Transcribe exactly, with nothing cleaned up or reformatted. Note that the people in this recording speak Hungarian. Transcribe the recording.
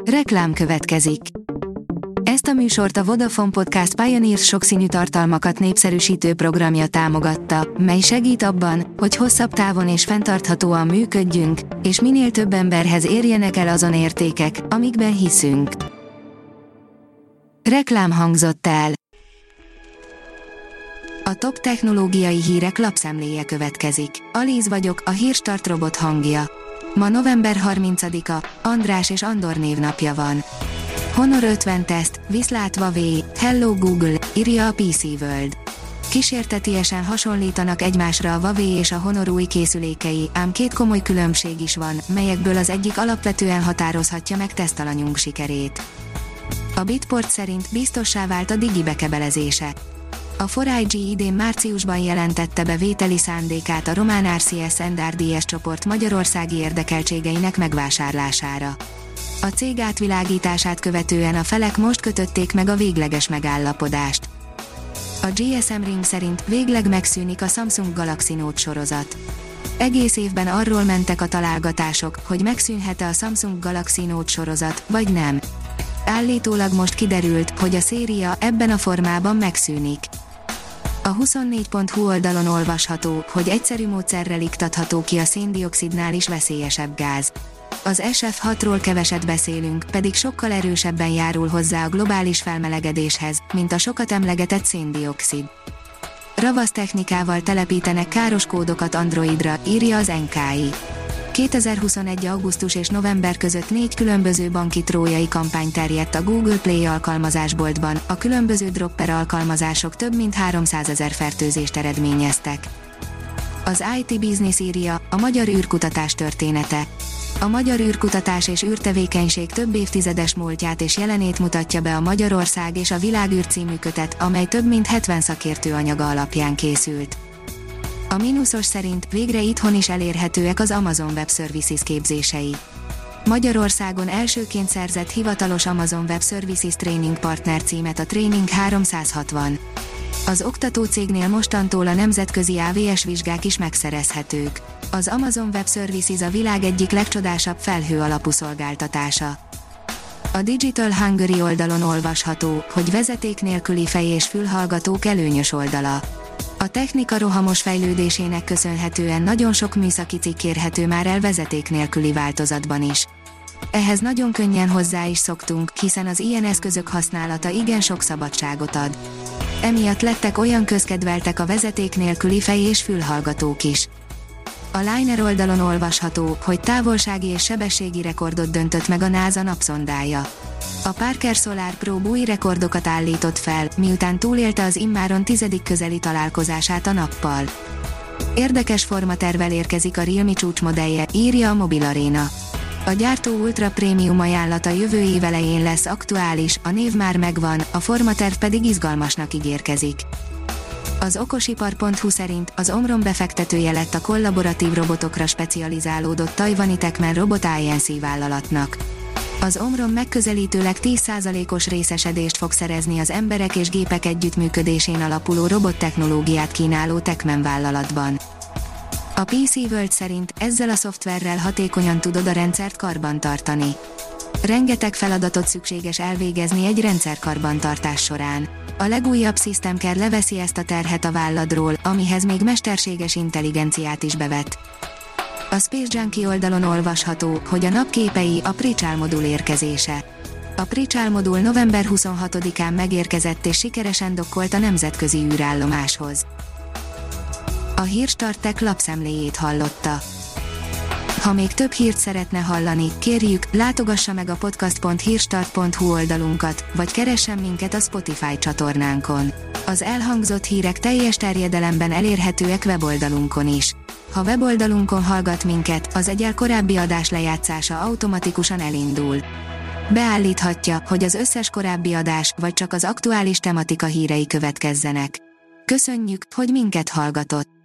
Reklám következik. Ezt a műsort a Vodafone Podcast Pioneers sokszínű tartalmakat népszerűsítő programja támogatta, mely segít abban, hogy hosszabb távon és fenntarthatóan működjünk, és minél több emberhez érjenek el azon értékek, amikben hiszünk. Reklám hangzott el. A top technológiai hírek lapszemléje következik. Alíz vagyok, a Hírstart robot hangja. Ma november harmincadika, András és Andor névnapja van. Honor ötven teszt, viszlát Huawei, Hello Google, írja a pé cé World. Kísértetiesen hasonlítanak egymásra a Huawei és a Honor új készülékei, ám két komoly különbség is van, melyekből az egyik alapvetően határozhatja meg tesztalanyunk sikerét. A Bitport szerint biztossá vált a Digi bekebelezése. A négy I G idén márciusban jelentette be vételi szándékát a román er cé es and er dé es csoport magyarországi érdekeltségeinek megvásárlására. A cég átvilágítását követően a felek most kötötték meg a végleges megállapodást. A gé es em Ring szerint végleg megszűnik a Samsung Galaxy Note sorozat. Egész évben arról mentek a találgatások, hogy megszűnhet-e a Samsung Galaxy Note sorozat, vagy nem. Állítólag most kiderült, hogy a széria ebben a formában megszűnik. A huszonnégy pont hu oldalon olvasható, hogy egyszerű módszerrel iktatható ki a széndioxidnál is veszélyesebb gáz. Az es ef hatról keveset beszélünk, pedig sokkal erősebben járul hozzá a globális felmelegedéshez, mint a sokat emlegetett széndioxid. Ravasz technikával telepítenek káros kódokat Androidra, írja az en ká i. kétezer-huszonegy. augusztus és november között négy különböző banki trójai kampány terjedt a Google Play alkalmazásboltban, a különböző dropper alkalmazások több mint háromszázezer fertőzést eredményeztek. Az i té Business írja, a magyar űrkutatás története. A magyar űrkutatás és űrtevékenység több évtizedes múltját és jelenét mutatja be a Magyarország és a Világűr című kötet, amely több mint hetven szakértő anyaga alapján készült. A mínuszos szerint végre itthon is elérhetőek az Amazon Web Services képzései. Magyarországon elsőként szerzett hivatalos Amazon Web Services Training Partner címet a Training háromszázhatvan. Az oktatócégnél mostantól a nemzetközi á vé es vizsgák is megszerezhetők. Az Amazon Web Services a világ egyik legcsodásabb felhő alapú szolgáltatása. A Digital Hungary oldalon olvasható, hogy vezeték nélküli fej- és fülhallgatók előnyös oldala. A technika rohamos fejlődésének köszönhetően nagyon sok műszaki cikk érhető már el vezeték nélküli változatban is. Ehhez nagyon könnyen hozzá is szoktunk, hiszen az ilyen eszközök használata igen sok szabadságot ad. Emiatt lettek olyan közkedveltek a vezeték nélküli fej- és fülhallgatók is. A Liner oldalon olvasható, hogy távolsági és sebességi rekordot döntött meg a NASA napszondája. A Parker Solar Probe új rekordokat állított fel, miután túlélte az immáron tizedik közeli találkozását a nappal. Érdekes formatervvel érkezik a Realme csúcsmodellje, írja a Mobil Arena. A gyártó ultra prémium ajánlata jövő év elején lesz aktuális, a név már megvan, a formaterv pedig izgalmasnak ígérkezik. Az okosipar pont hu szerint az Omron befektetője lett a kollaboratív robotokra specializálódott tajvani Techman Robot i en cé vállalatnak. Az Omron megközelítőleg tíz százalékos részesedést fog szerezni az emberek és gépek együttműködésén alapuló robottechnológiát kínáló Techman vállalatban. A pé cé World szerint ezzel a szoftverrel hatékonyan tudod a rendszert karbantartani. Rengeteg feladatot szükséges elvégezni egy rendszer karbantartás során. A legújabb System Care leveszi ezt a terhet a válladról, amihez még mesterséges intelligenciát is bevet. A Space Junkie oldalon olvasható, hogy a napképei a Prichal modul érkezése. A Prichal modul november huszonhatodikán megérkezett és sikeresen dokkolt a nemzetközi űrállomáshoz. A Hírstart Tech lapszemléjét hallotta. Ha még több hírt szeretne hallani, kérjük, látogassa meg a podcast pont hírstart pont hu oldalunkat, vagy keressen minket a Spotify csatornánkon. Az elhangzott hírek teljes terjedelemben elérhetőek weboldalunkon is. Ha weboldalunkon hallgat minket, az egyel korábbi adás lejátszása automatikusan elindul. Beállíthatja, hogy az összes korábbi adás, vagy csak az aktuális tematika hírei következzenek. Köszönjük, hogy minket hallgatott!